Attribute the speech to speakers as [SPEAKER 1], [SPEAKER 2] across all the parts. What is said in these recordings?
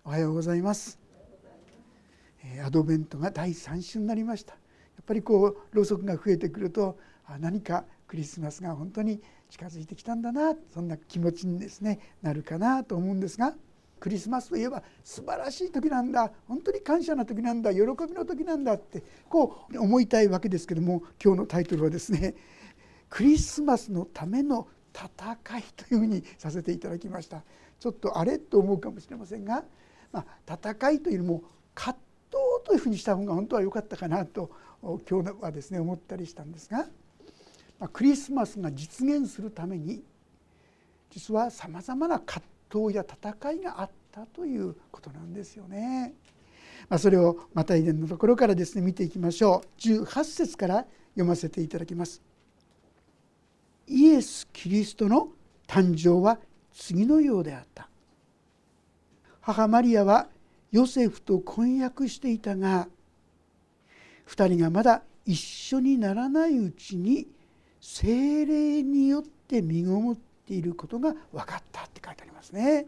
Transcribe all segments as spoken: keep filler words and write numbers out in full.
[SPEAKER 1] おはようございます。アドベントがだいさん週になりました。やっぱりこうろうそくが増えてくると、何かクリスマスが本当に近づいてきたんだな、そんな気持ちにですねなるかなと思うんですが、クリスマスといえば素晴らしい時なんだ、本当に感謝な時なんだ、喜びの時なんだってこう思いたいわけですけども、今日のタイトルはですね、クリスマスのための戦いというふうにさせていただきました。ちょっとあれと思うかもしれませんが、まあ、戦いというよりも葛藤というふうにした方が本当は良かったかなと今日はですね思ったりしたんですが、まあ、クリスマスが実現するために実はさまざまな葛藤や戦いがあったということなんですよね。まあ、それをマタイ伝のところからですね見ていきましょう。じゅうはち節から読ませていただきます。イエス・キリストの誕生は次のようであった。母マリアはヨセフと婚約していたが、二人がまだ一緒にならないうちに聖霊によって身ごもっていることが分かったって書いてありますね。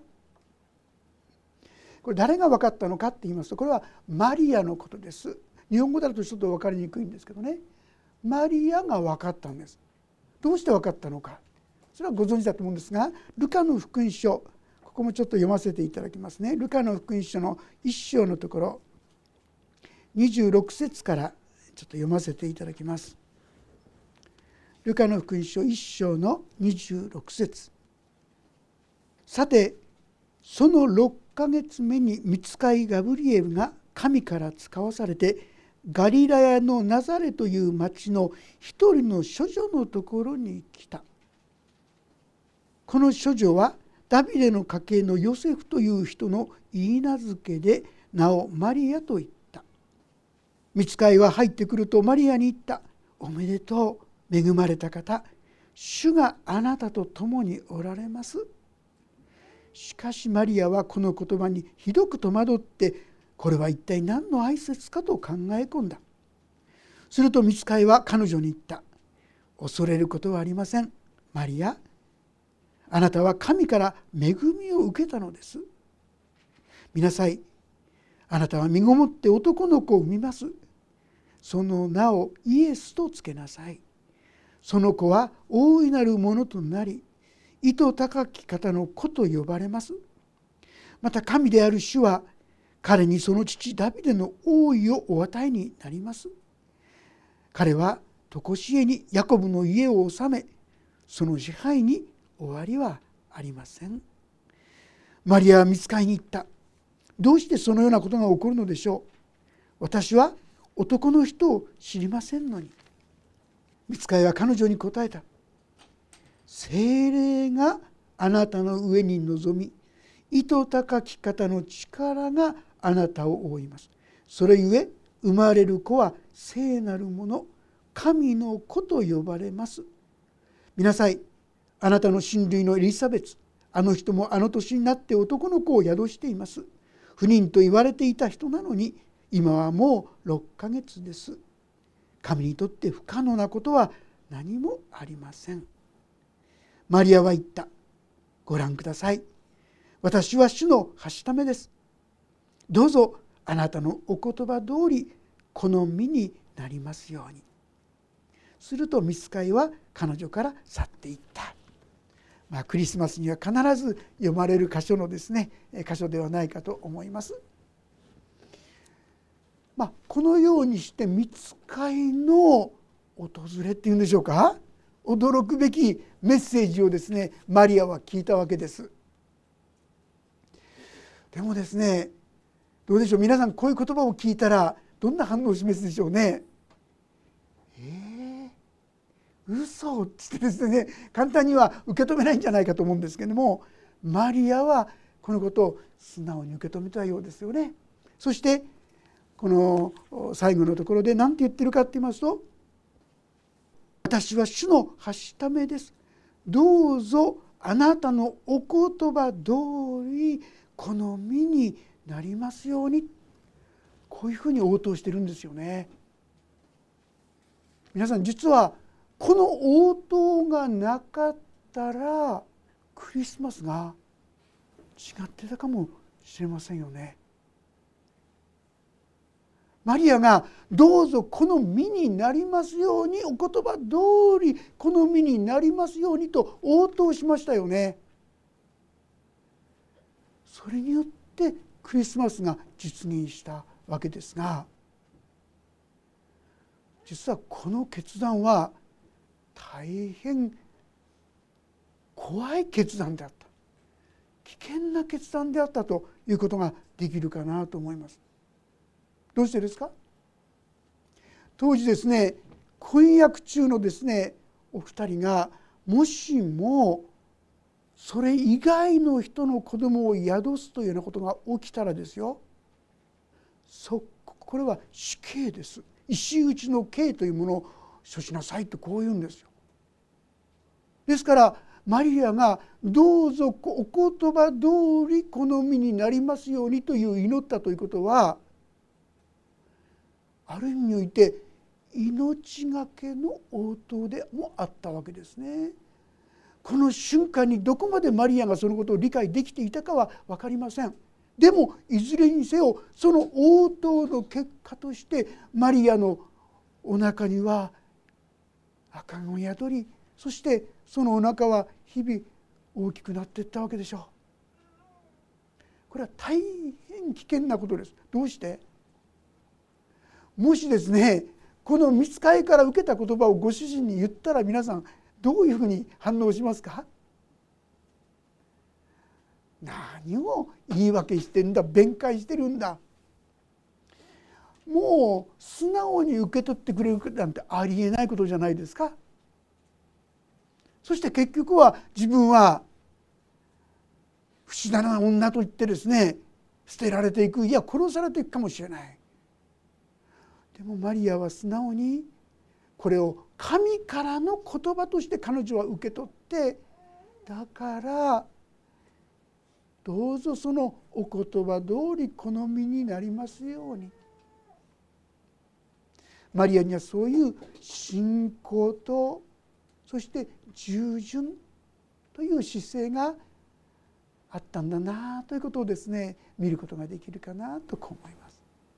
[SPEAKER 1] これ誰が分かったのかって言いますと、これはマリアのことです。日本語だとちょっと分かりにくいんですけどね、マリアが分かったんです。どうして分かったのか、それはご存知だと思うんですが、ルカの福音書、ここもちょっと読ませていただきますね。ルカの福音書の一章のところにじゅうろく節からちょっと読ませていただきます。ルカの福音書一章のにじゅうろく節。さてそのろっかげつめに御使いガブリエルが神から使わされて、ガリラヤのナザレという町の一人の処女のところに来た。この処女はダビデの家系のヨセフという人の言い名付けで、名をマリアと言った。御使いは入ってくるとマリアに言った。おめでとう、恵まれた方、主があなたと共におられます。しかしマリアはこの言葉にひどく戸惑って、これは一体何の挨拶かと考え込んだ。すると御使いは彼女に言った。恐れることはありません。マリア、あなたは神から恵みを受けたのです。見なさい、あなたは身ごもって男の子を産みます。その名をイエスとつけなさい。その子は大いなるものとなり、意図高き方の子と呼ばれます。また神である主は彼にその父ダビデの王位をお与えになります。彼は常しえにヤコブの家を治め、その支配に終わりはありません。マリアは御使いに言った。どうしてそのようなことが起こるのでしょう。私は男の人を知りませんのに。御使いは彼女に答えた。聖霊があなたの上に臨み、意図高き方の力があなたを覆います。それゆえ生まれる子は聖なるもの、神の子と呼ばれます。見なさい、あなたの親類のエリザベツ、あの人もあの年になって男の子を宿しています。不妊と言われていた人なのに、今はもうろっかげつです。神にとって不可能なことは何もありません。マリアは言った。ご覧ください。私は主のはしためです。どうぞあなたのお言葉通りこの身になりますように。すると御使いは彼女から去っていった。まあ、クリスマスには必ず読まれる箇所のですね箇所ではないかと思います。まあ、このようにして御使いの訪れっていうんでしょうか、驚くべきメッセージをですねマリアは聞いたわけです。でもですね、どうでしょう、皆さんこういう言葉を聞いたらどんな反応を示すでしょうね。えー、嘘ってですね簡単には受け止めないんじゃないかと思うんですけども、マリアはこのことを素直に受け止めたようですよね。そしてこの最後のところで何て言ってるかって言いますと、私は主のはしためです。どうぞあなたのお言葉通りこの身になりますように、こういうふうに応答してるんですよね。皆さん、実はこの応答がなかったらクリスマスが違ってたかもしれませんよね。マリアがどうぞこの身になりますように、お言葉通りこの身になりますようにと応答しましたよね。それによってクリスマスが実現したわけですが、実はこの決断は大変怖い決断であった、危険な決断であったということができるかなと思います。どうしてですか？当時ですね、婚約中のですねお二人がもしもそれ以外の人の子供を宿すというようなことが起きたらですよ、そこれは死刑です。石打ちの刑というものを処しなさいとこう言うんですよ。ですからマリアがどうぞお言葉通りこの身になりますようにという祈ったということは、ある意味において命がけの応答でもあったわけですね。この瞬間にどこまでマリアがそのことを理解できていたかは分かりません。でもいずれにせよその応答の結果としてマリアのお腹には赤子が宿り、そしてそのお腹は日々大きくなっていったわけでしょう。これは大変危険なことです。どうして？もしですねこの御使いから受けた言葉をご主人に言ったら、皆さんどういうふうに反応しますか？何を言い訳してるんだ、弁解してるんだ、もう素直に受け取ってくれるなんてありえないことじゃないですか。そして結局は自分は不死だな女と言ってですね捨てられていく、いや殺されていくかもしれない。でもマリアは素直にこれを神からの言葉として彼女は受け取って、だからどうぞそのお言葉通り好みになりますように。マリアにはそういう信仰と、そして従順という姿勢があったんだなということをですね見ることができるかなと思います。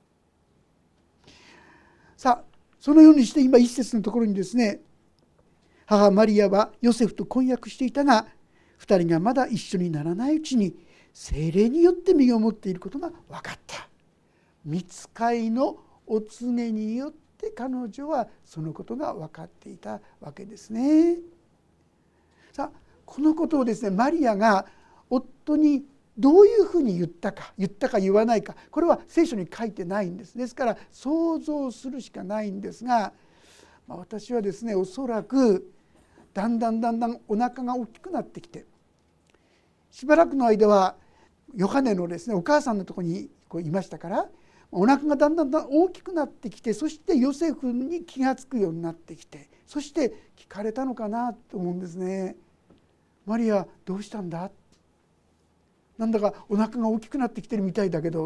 [SPEAKER 1] さあそのようにして今一節のところにですね、母マリアはヨセフと婚約していたが、二人がまだ一緒にならないうちに聖霊によって身ごもっていることが分かった。御使いのお告げによって彼女はそのことが分かっていたわけですね。さあこのことをですねマリアが夫にどういうふうに言ったか言ったか言わないか、これは聖書に書いてないんです。ですから想像するしかないんですが、まあ、私はですねおそらくだんだんだんだんお腹が大きくなってきて、しばらくの間はヨハネのですねお母さんのところにこういましたから、お腹がだんだんだん大きくなってきて、そしてヨセフに気がつくようになってきて、そして聞かれたのかなと思うんですね。マリアどうしたんだ、なんだかお腹が大きくなってきてるみたいだけどって。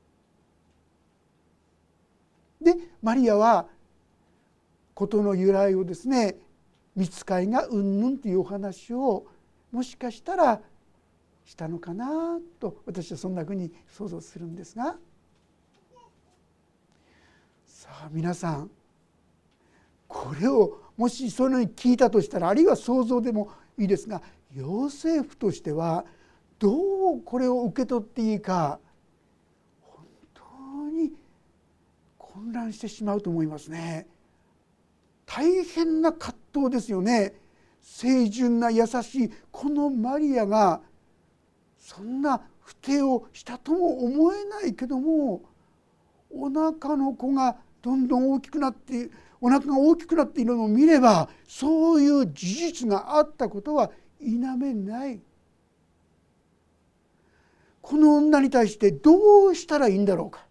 [SPEAKER 1] でマリアは事の由来をですね、御使いがうんぬんというお話をもしかしたらしたのかなと私はそんなふうに想像するんですが、さあ皆さんこれをもしそういうのに聞いたとしたら、あるいは想像でもいいですが、ヨセフとしてはどうこれを受け取っていいか本当に混乱してしまうと思いますね。大変な葛藤ですよね。清純な優しいこのマリアがそんな不貞をしたとも思えないけども、お腹の子がどんどん大きくなってお腹が大きくなっているのを見れば、そういう事実があったことは否めない。この女に対してどうしたらいいんだろうか。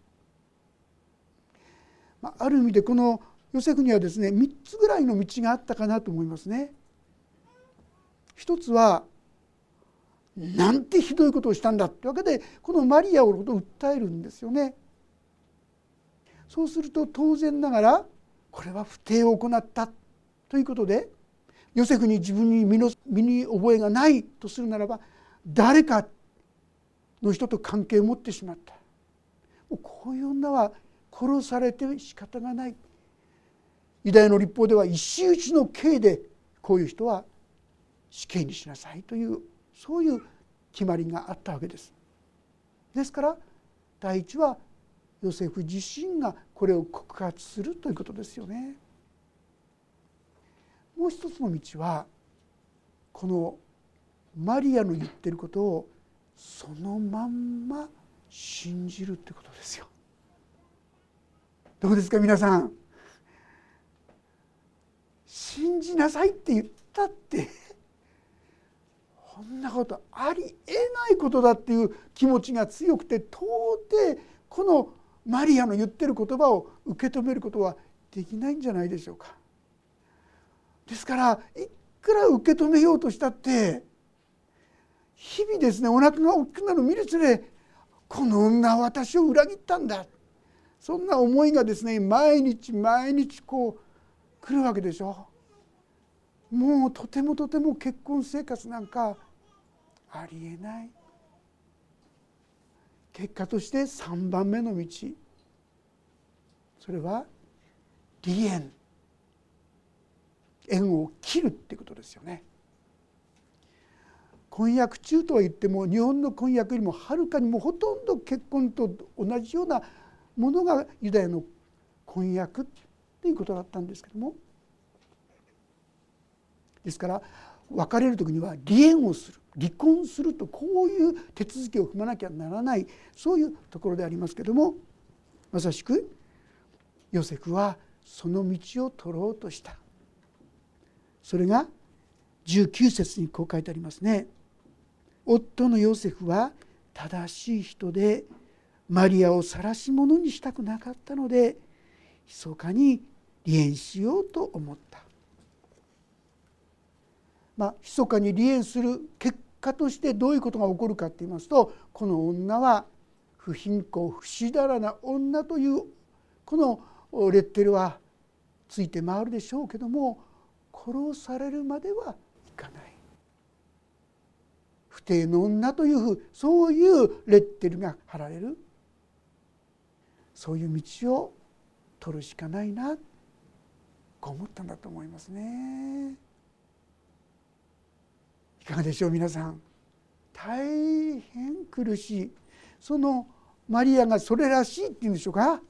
[SPEAKER 1] まあ、ある意味でこのヨセフにはですねみっつぐらいの道があったかなと思いますね。一つはなんてひどいことをしたんだってわけでこのマリアを訴えるんですよね。そうすると当然ながらこれは不貞を行ったということで、ヨセフに自分に身の身に覚えがないとするならば誰かの人と関係を持ってしまった。もうこういう女は殺されて仕方がない。ユダヤの律法では石打ちの刑でこういう人は死刑にしなさいという、そういう決まりがあったわけです。ですから第一はヨセフ自身がこれを告発するということですよね。もう一つの道はこのマリアの言っていることをそのまんま信じるということですよ。どうですか皆さん。信じなさいって言ったってこんなことありえないことだっていう気持ちが強くて、到底このマリアの言ってる言葉を受け止めることはできないんじゃないでしょうか。ですからいくら受け止めようとしたって日々ですね、お腹が大きくなる見るつれ、この女は私を裏切ったんだ、そんな思いがですね毎日毎日こう来るわけでしょ。もうとてもとても結婚生活なんかありえない。結果としてさんばんめの道、それは離縁、縁を切るってことですよね。婚約中とは言っても日本の婚約よりもはるかにもほとんど結婚と同じようなものがユダヤの婚約ということだったんですけども、ですから別れる時には離縁をする、離婚すると、こういう手続きを踏まなきゃならない、そういうところでありますけども、まさしくヨセフはその道を取ろうとした。それがじゅうきゅう節にこう書いてありますね。夫のヨセフは正しい人でマリアを晒し者にしたくなかったので密かに離縁しようと思った。まあ密かに離縁する結果としてどういうことが起こるかと言いますと、この女は不貧困不死だらな女というこのレッテルはついて回るでしょうけども、殺されるまではいかない。不貞の女というふう、そういうレッテルが貼られる、そういう道を取るしかないな、こう思ったんだと思いますね。いかがでしょう皆さん。大変苦しい、そのマリアがそれらしいっていうんでしょうか、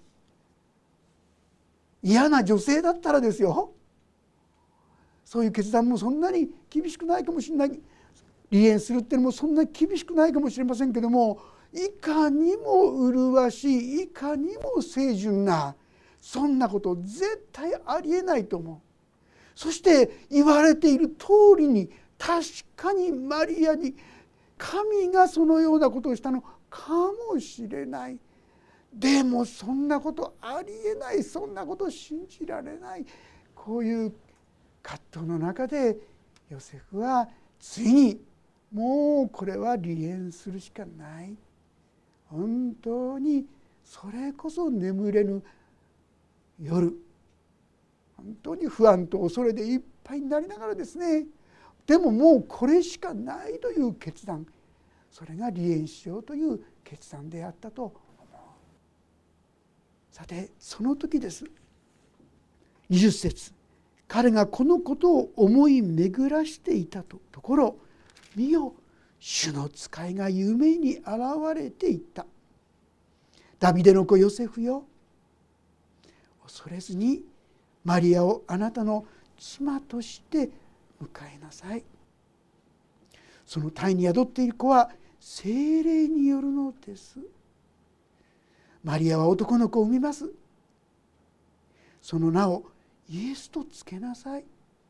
[SPEAKER 1] 嫌な女性だったらですよ、そういう決断もそんなに厳しくないかもしれない、離縁するっていうのもそんなに厳しくないかもしれませんけども、いかにも麗しい、いかにも清純な、そんなこと絶対ありえないと思う。そして言われている通りに確かにマリアに神がそのようなことをしたのかもしれない。でもそんなことありえない、そんなこと信じられない、こういう葛藤の中でヨセフはついにもうこれは離縁するしかない、本当にそれこそ眠れぬ夜、本当に不安と恐れでいっぱいになりながらですね、でももうこれしかないという決断、それが離縁しようという決断であったと思う。さてその時です。にじゅっ節、彼がこのことを思い巡らしていたところ、見よ、主の使いが夢に現れていった。ダビデの子ヨセフよ、恐れずにマリアをあなたの妻として迎えなさい。その胎に宿っている子は聖霊によるのです。マリアは男の子を産みます。その名をイエスとつけなさい。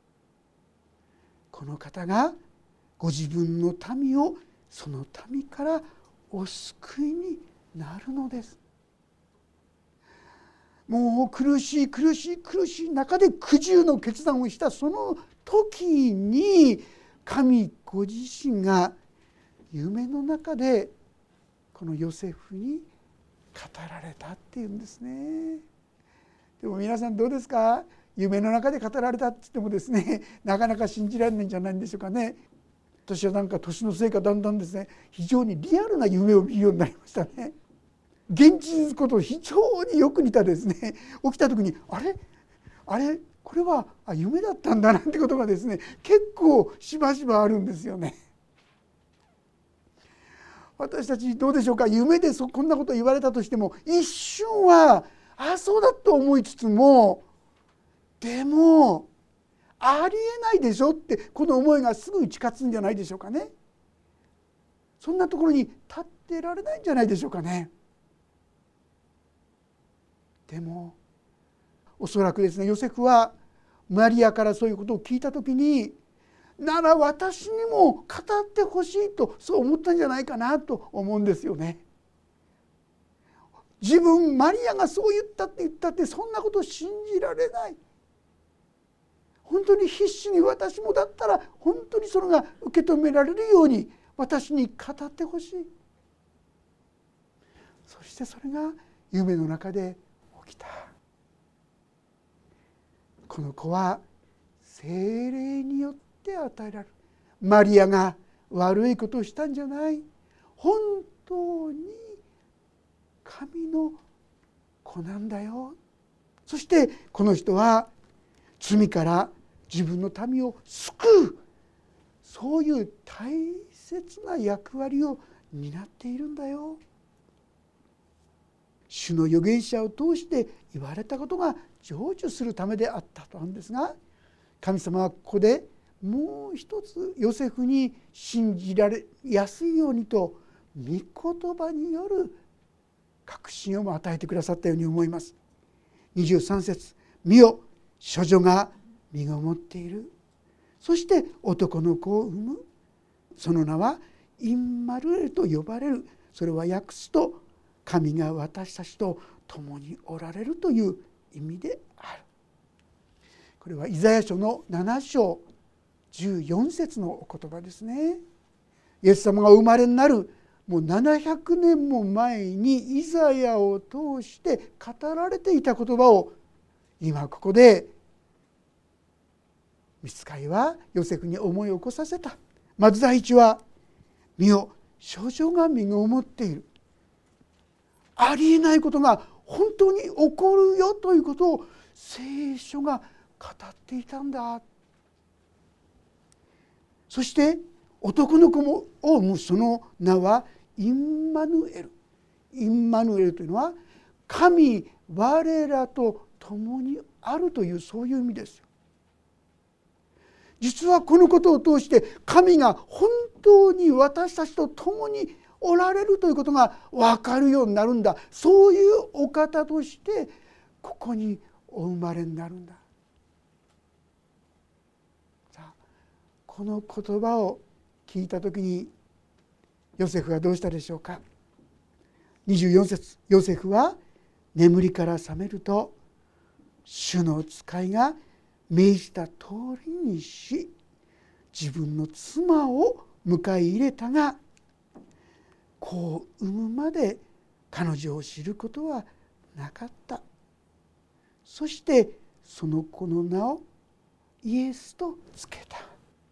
[SPEAKER 1] この方がご自分の民をその民からお救いになるのです。もう苦しい苦しい苦しい中で苦渋の決断をしたその時に、神ご自身が夢の中でこのヨセフに語られたっていうんですね。でも皆さんどうですか。夢の中で語られたって言ってもですね、なかなか信じられないんじゃないんでしょうかね。 私はなんか年のせいかだんだんですね、非常にリアルな夢を見るようになりましたね。現実こと非常によく似たですね、起きた時にあれあれこれはあ夢だったんだなんてことがですね、結構しばしばあるんですよね。私たちどうでしょうか。夢でそこんなこと言われたとしても一瞬はあそうだと思いつつも、でもありえないでしょってこの思いがすぐ打ち勝つんじゃないでしょうかね。そんなところに立ってられないんじゃないでしょうかね。でもおそらくですね、ヨセフはマリアからそういうことを聞いたときに、なら私にも語ってほしいとそう思ったんじゃないかなと思うんですよね。自分マリアがそう言ったって言ったってそんなこと信じられない。本当に必死に私もだったら本当にそれが受け止められるように私に語ってほしい。そしてそれが夢の中で起きた。この子は聖霊によって与えられる。マリアが悪いことをしたんじゃない。本当に神の子なんだよ。そしてこの人は罪から自分の民を救う、そういう大切な役割を担っているんだよ。主の預言者を通して言われたことが成就するためであったとあるんですが、神様はここでもう一つヨセフに信じられやすいようにと御言葉による確信をも与えてくださったように思います。にじゅうさん節、見よ処女が身ごもっている。そして男の子を産む。その名はインマルエルと呼ばれる。それは訳すと神が私たちと共におられるという意味である。これはイザヤ書のなな章じゅうよん節のお言葉ですね。イエス様がお生まれになるもうななひゃくねんも前にイザヤを通して語られていた言葉を今ここで御使いはヨセフに思い起こさせた。まず第一は、見よ処女が身ごもっている。ありえないことが本当に起こるよということを聖書が語っていたんだ。そして男の子を産むその名はインマヌエル。インマヌエルというのは神我らと共にあるというそういう意味ですよ。実はこのことを通して神が本当に私たちと共におられるということが分かるようになるんだ。そういうお方としてここにお生まれになるんだ。さあこの言葉を聞いた時にヨセフはどうしたでしょうか。にじゅうよん節、ヨセフは眠りから覚めると主の使いが命じた通りにし、自分の妻を迎え入れたが、子を産むまで彼女を知ることはなかった。そしてその子の名をイエスとつけた。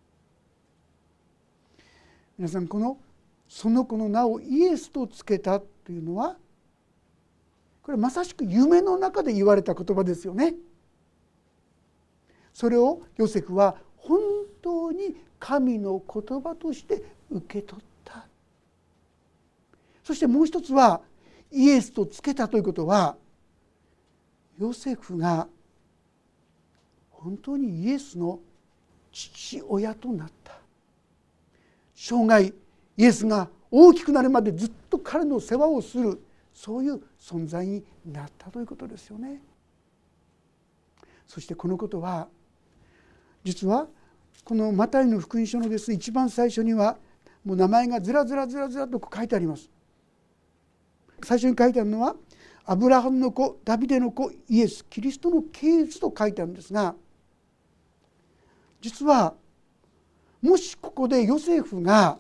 [SPEAKER 1] 皆さん、このその子の名をイエスとつけたというのは、これまさしく夢の中で言われた言葉ですよね。それをヨセフは本当に神の言葉として受け取った。そしてもう一つは、イエスとつけたということは、ヨセフが本当にイエスの父親となった。生涯イエスが大きくなるまでずっと彼の世話をする、そういう存在になったということですよね。そしてこのことは実はこのマタイの福音書のですね、一番最初にはもう名前がずらずらずらずらと書いてあります。最初に書いてあるのはアブラハムの子、ダビデの子、イエス・キリストの系図と書いてあるんですが、実はもしここでヨセフが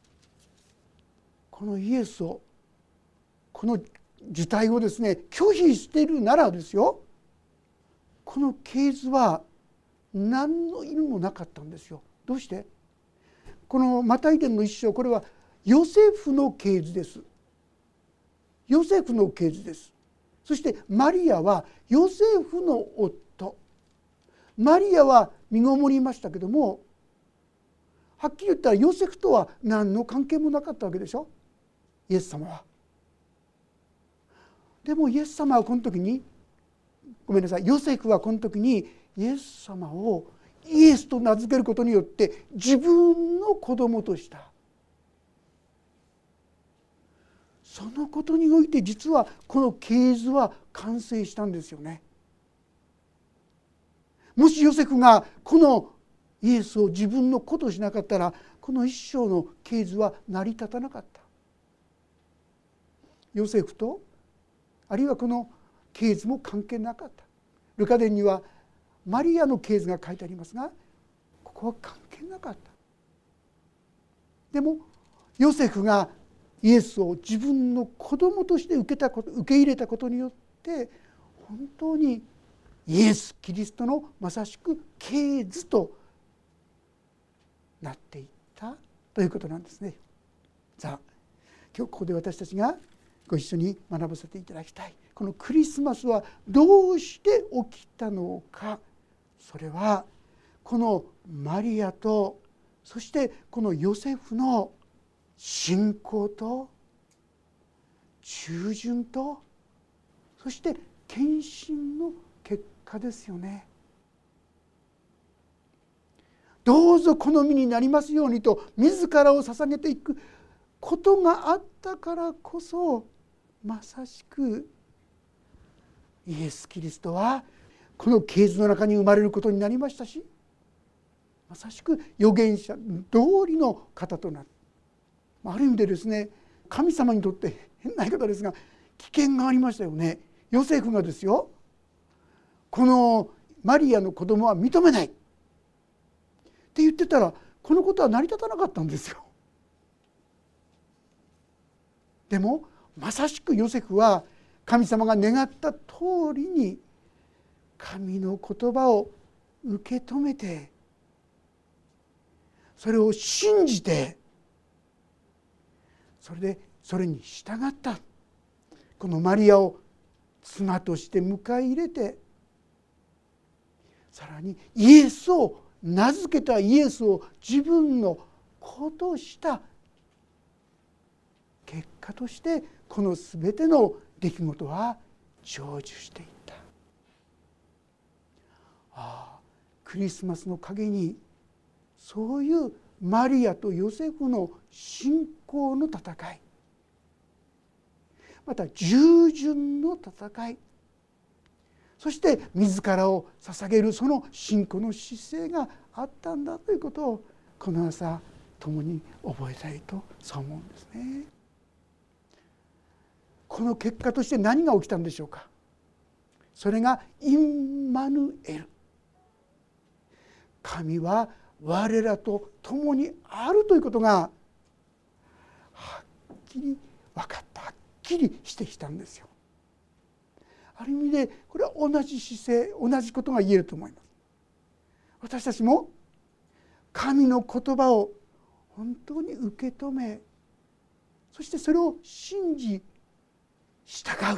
[SPEAKER 1] このイエスを、この受胎をですね拒否しているならですよ、この系図は何の意味もなかったんですよ。どうして？ このマタイ伝の一章、これはヨセフの系図です。ヨセフの系図です。そしてマリアはヨセフの夫。マリアは身ごもりましたけども、はっきり言ったらヨセフとは何の関係もなかったわけでしょ、イエス様は。でもイエス様はこの時に、ごめんなさい、ヨセフはこの時にイエス様をイエスと名付けることによって自分の子供とした。そのことにおいて実はこの系図は完成したんですよね。もしヨセフがこのイエスを自分の子としなかったら、この一章の系図は成り立たなかった。ヨセフとあるいはこの系図も関係なかった。ルカ伝にはマリアの系図が書いてありますが、ここは関係なかった。でもヨセフがイエスを自分の子供として受けたこと、受け入れたことによって本当にイエス・キリストのまさしく系図となっていったということなんですね。さあ、今日ここで私たちがご一緒に学ばせていただきたい、このクリスマスはどうして起きたのか。それはこのマリアと、そしてこのヨセフの信仰と従順と、そして献身の結果ですよね。どうぞこの身になりますようにと自らを捧げていくことがあったからこそ、まさしくイエス・キリストはこの系図の中に生まれることになりましたし、まさしく預言者通りの方となる。ある意味でですね、神様にとって変な言い方ですが危険がありましたよね。ヨセフがですよ、このマリアの子供は認めないって言ってたら、このことは成り立たなかったんですよ。でもまさしくヨセフは神様が願った通りに神の言葉を受け止めて、それを信じて、それでそれに従った。このマリアを妻として迎え入れて、さらにイエスを名付けたイエスを自分の子とした結果として、このすべての出来事は成就していった。ああ、クリスマスの陰にそういうマリアとヨセフの信仰の戦い、また従順の戦い、そして自らを捧げるその信仰の姿勢があったんだということを、この朝共に覚えたいとそう思うんですね。この結果として何が起きたんでしょうか。それがインマヌエル、神は我らと共にあるということがはっきり分かった、はっきりしてきたんですよ。ある意味でこれは同じ姿勢、同じことが言えると思います。私たちも神の言葉を本当に受け止め、そしてそれを信じ従う。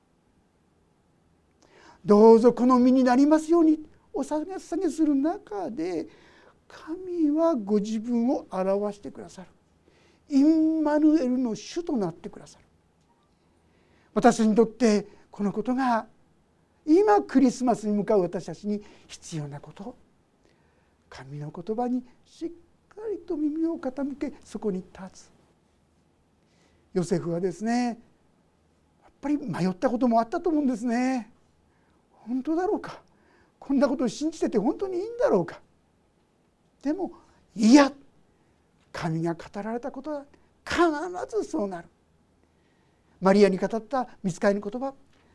[SPEAKER 1] どうぞこの身になりますようにお捧げする中で、神はご自分を表してくださる。インマヌエルの主となってくださる。私にとってこのことが今クリスマスに向かう私たちに必要なこと。神の言葉にしっかりと耳を傾け、そこに立つ。ヨセフはですね、やっぱり迷ったこともあったと思うんですね。本当だろうか、こんなことを信じてて本当にいいんだろうか。でもいや、神が語られたことは必ずそうなる。マリアに語った御使いの言葉、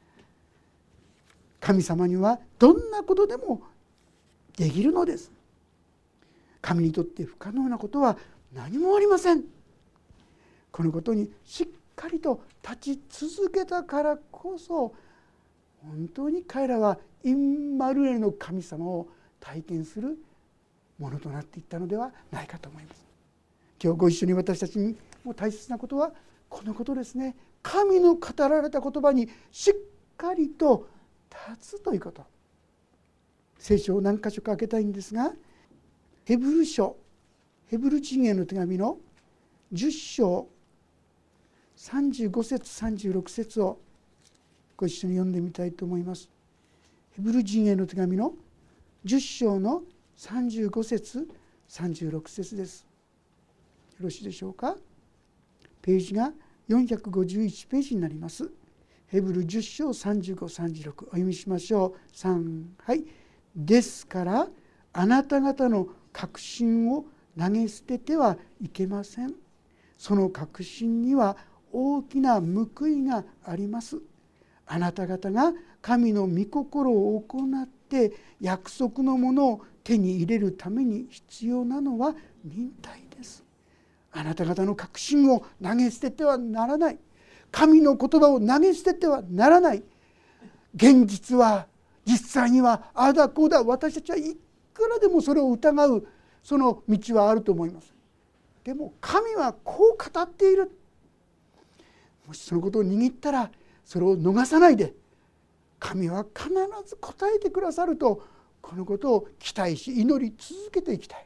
[SPEAKER 1] 神様にはどんなことでもできるのです。神にとって不可能なことは何もありません。このことにしっかりと立ち続けたからこそ、本当に彼らはインマヌエルの神様を体験するものとなっていったのではないかと思います。 今日ご一緒に私たちにも大切なことはこのことですね。神の語られた言葉にしっかりと立つということ。聖書を何箇所か開けたいんですが、ヘブル書、ヘブル人への手紙のじゅっ章さんじゅうご節さんじゅうろく節をご一緒に読んでみたいと思います。ヘブル人への手紙のじゅっ章のさんじゅうご節さんじゅうろく節です。よろしいでしょうか。ページがよんひゃくごじゅういちページになります。ヘブルじゅっ章さんじゅうご、さんじゅうろくお読みしましょう。さん、はい。ですからあなた方の確信を投げ捨ててはいけません。その確信には大きな報いがあります。あなた方が神の御心を行って約束のものを手に入れるために必要なのは忍耐です。あなた方の確信を投げ捨ててはならない。神の言葉を投げ捨ててはならない。現実は実際にはああだこうだ、私たちはいくらでもそれを疑うその道はあると思います。でも神はこう語っている。もしそのことを握ったらそれを逃さないで、神は必ず答えてくださると、このことを期待し祈り続けていきたい。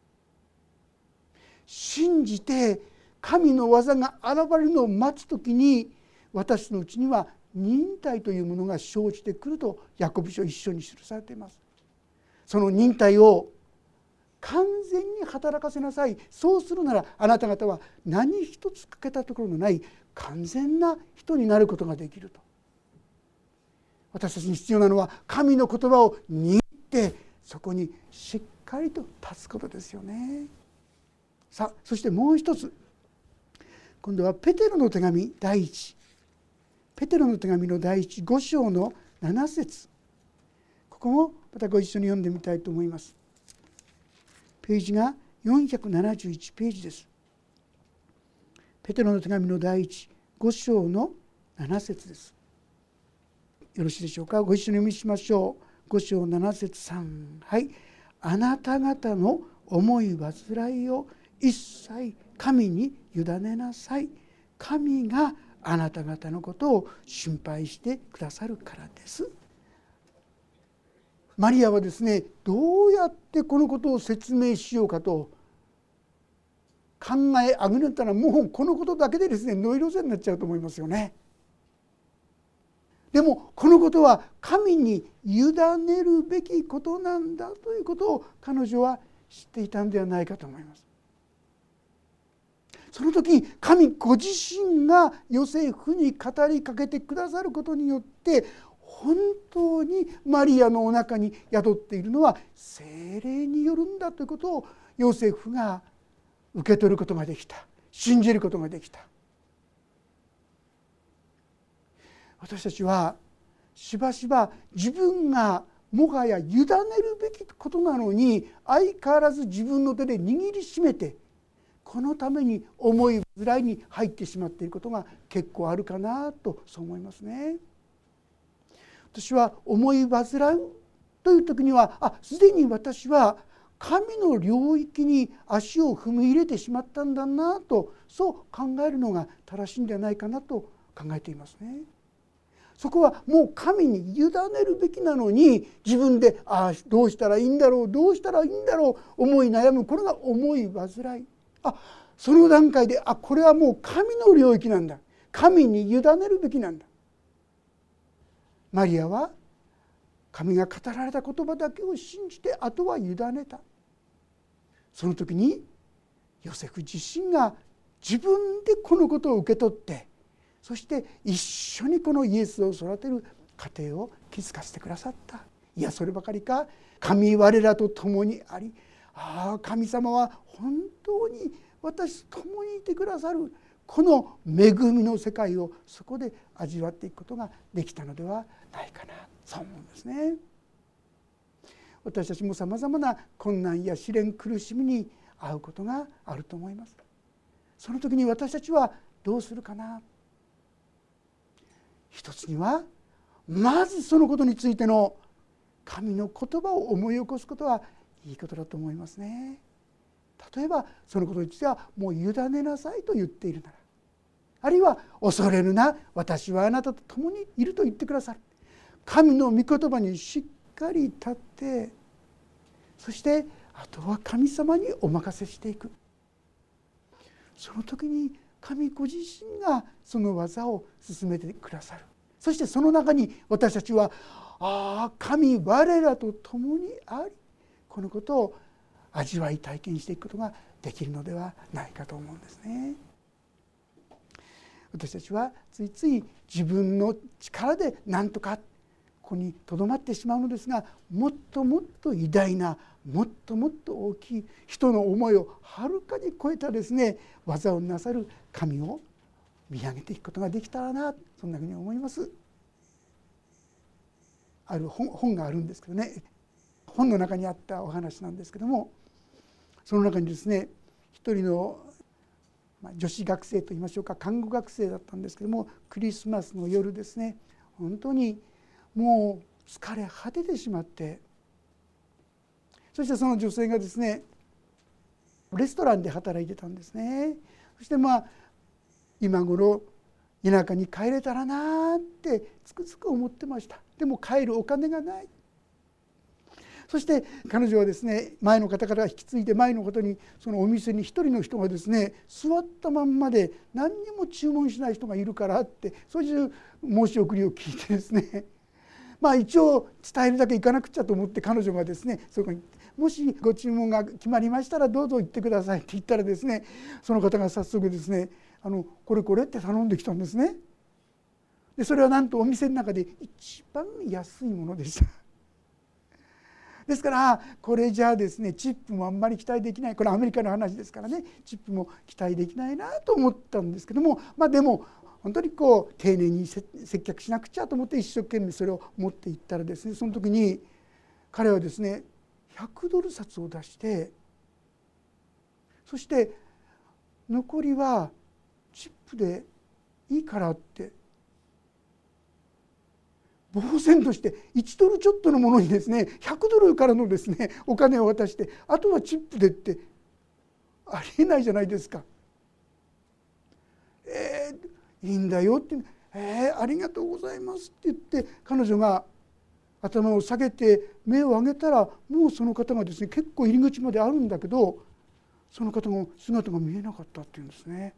[SPEAKER 1] 信じて神の技が現れるのを待つときに、私のうちには忍耐というものが生じてくるとヤコブ書一緒に記されています。その忍耐を完全に働かせなさい。そうするならあなた方は何一つ欠けたところのない完全な人になることができると。私たちに必要なのは神の言葉を握ってそこにしっかりと立つことですよね。さあ、そしてもう一つ、今度はペテロの手紙第一ペテロの手紙の第一ご章のなな節、ここもまたご一緒に読んでみたいと思います。ページがよんひゃくななじゅういちページです。ペテロの手紙の第一ご章のなな節です。よろしいでしょうか。ご一緒に読みしましょう。ご章なな節さん、はい。あなた方の思い煩いを一切神に委ねなさい。神があなた方のことを心配してくださるからです。マリアはですね、どうやってこのことを説明しようかと考えあぐねたら、もうこのことだけでですねノイローゼになっちゃうと思いますよね。でもこのことは神に委ねるべきことなんだということを彼女は知っていたんではないかと思います。その時神ご自身がヨセフに語りかけてくださることによって、本当にマリアのお腹に宿っているのは聖霊によるんだということをヨセフが受け取ることができた、信じることができた。私たちはしばしば自分がもはや委ねるべきことなのに、相変わらず自分の手で握りしめて、このために思い煩いに入ってしまっていることが結構あるかなと、そう思いますね。私は思い煩うという時には、あ、すでに私は神の領域に足を踏み入れてしまったんだなと、そう考えるのが正しいんではないかなと考えていますね。そこはもう神に委ねるべきなのに、自分でああどうしたらいいんだろうどうしたらいいんだろう思い悩む、これが思い煩い。あ、その段階で、あ、これはもう神の領域なんだ、神に委ねるべきなんだ。マリアは神が語られた言葉だけを信じて、あとは委ねた。その時にヨセフ自身が自分でこのことを受け取って、そして一緒にこのイエスを育てる家庭を築かせてくださった。いや、そればかりか、神我らと共にあり、ああ神様は本当に私と共にいてくださる、この恵みの世界をそこで味わっていくことができたのではないかな、そう思うんですね。私たちもさまざまな困難や試練苦しみに遭うことがあると思います。その時に私たちはどうするかな。一つにはまずそのことについての神の言葉を思い起こすことはいいことだと思いますね。 例えばそのことについてはもう委ねなさいと言っているなら、あるいは恐れるな、私はあなたと共にいると言ってくださる、神の御言葉にしっかり立って、そしてあとは神様にお任せしていく。その時に神ご自身がその技を進めてくださる。そしてその中に私たちは、ああ神我らと共にあり、このことを味わい体験していくことができるのではないかと思うんですね。私たちはついつい自分の力で何とかここにとどまってしまうのですが、もっともっと偉大な、もっともっと大きい、人の思いをはるかに超えたですね技をなさる神を見上げていくことができたらな、そんなふうに思います。ある 本, 本があるんですけどね、本の中にあったお話なんですけども、その中にですね一人の女子学生といいましょうか、看護学生だったんですけども、クリスマスの夜ですね、本当にもう疲れ果ててしまって、そしてその女性がですねレストランで働いてたんですね。そしてまあ今頃田舎に帰れたらなってつくづく思ってました。でも帰るお金がない。そして彼女はですね前の方から引き継いで、前の方にそのお店に一人の人がですね座ったまんまで何にも注文しない人がいるからって、そういう申し送りを聞いてですね、まあ一応伝えるだけ行かなくちゃと思って彼女がですねそこに、もしご注文が決まりましたらどうぞ言ってくださいって言ったらですね、その方が早速ですねあのこれこれって頼んできたんですね。でそれはなんとお店の中で一番安いものでした。ですからこれじゃあですねチップもあんまり期待できない、これアメリカの話ですからね、チップも期待できないなと思ったんですけども、まあでも本当にこう丁寧に接客しなくちゃと思って一生懸命それを持っていったらですね、その時に彼はですねひゃくドル札を出して、そして残りはチップでいいからって呆然としていちドルちょっとのものにですねひゃくドルからのですねお金を渡して、あとはチップでってありえないじゃないですか。えー、いいんだよって、えー、ありがとうございますって言って彼女が頭を下げて目を上げたら、もうその方がですね結構入り口まであるんだけど、その方の姿が見えなかったっていうんですね。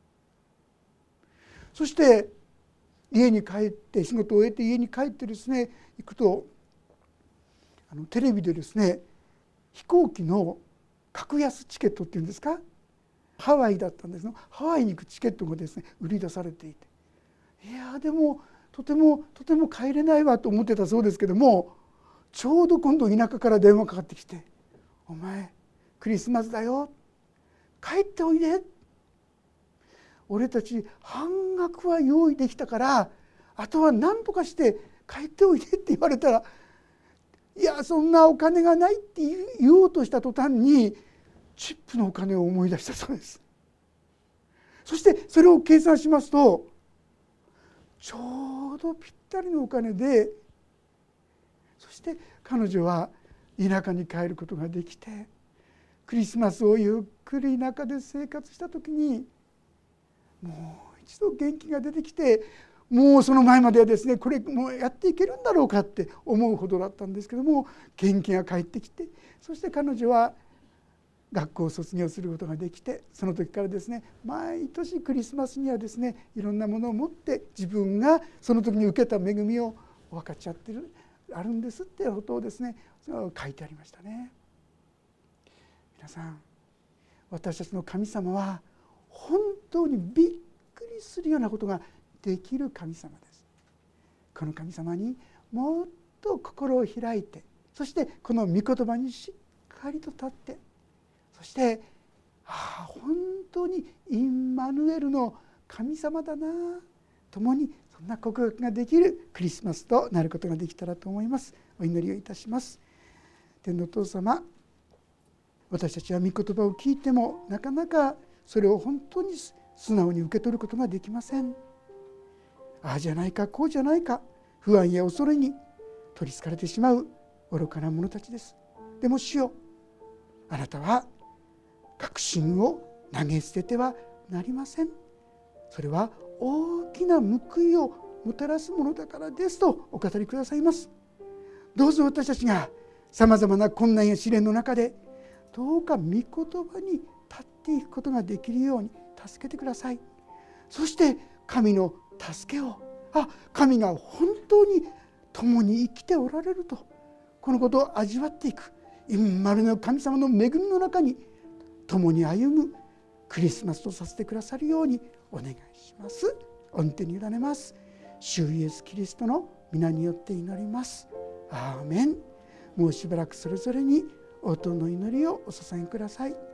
[SPEAKER 1] そして家に帰って、仕事を終えて家に帰ってですね行くと、あのテレビでですね飛行機の格安チケットっていうんですか、ハワイだったんですが、ハワイに行くチケットがですね売り出されていて、いやでもとてもとても帰れないわと思ってたそうですけども、ちょうど今度田舎から電話かかってきて、お前クリスマスだよ、帰っておいで、俺たち半額は用意できたからあとは何とかして帰っておいでって言われたら、いやそんなお金がないって言おうとした途端にチップのお金を思い出したそうです。そしてそれを計算しますとちょうどぴったりのお金で、そして彼女は田舎に帰ることができて、クリスマスをゆっくり田舎で生活した時にもう一度元気が出てきて、もうその前まではですねこれもうやっていけるんだろうかって思うほどだったんですけども、元気が返ってきて、そして彼女は学校を卒業することができて、その時からですね毎年クリスマスにはですねいろんなものを持って自分がその時に受けた恵みを分かっちゃってるあるんですっていうことをですね書いてありましたね。皆さん、私たちの神様は本当にびっくりするようなことができる神様です。この神様にもっと心を開いて、そしてこの御言葉にしっかりと立って、そしてああ本当にインマヌエルの神様だな、共にそんな告白ができるクリスマスとなることができたらと思います。お祈りをいたします。天のお父様、私たちは御言葉を聞いてもなかなかそれを本当に素直に受け取ることができません。ああじゃないかこうじゃないか、不安や恐れに取りつかれてしまう愚かな者たちです。でも主よ、あなたは確信を投げ捨ててはなりません。それは大きな報いをもたらすものだからですとお語りくださいます。どうぞ私たちがさまざまな困難や試練の中でどうか御言葉に立っていくことができるように助けてください。そして神の助けを、あ、神が本当に共に生きておられると、このことを味わっていく、インマルの神様の恵みの中に共に歩むクリスマスとさせてくださるようにお願いします。御手に委ねます。主イエスキリストの皆によって祈ります。アーメン。もうしばらくそれぞれに応答の祈りをお捧げください。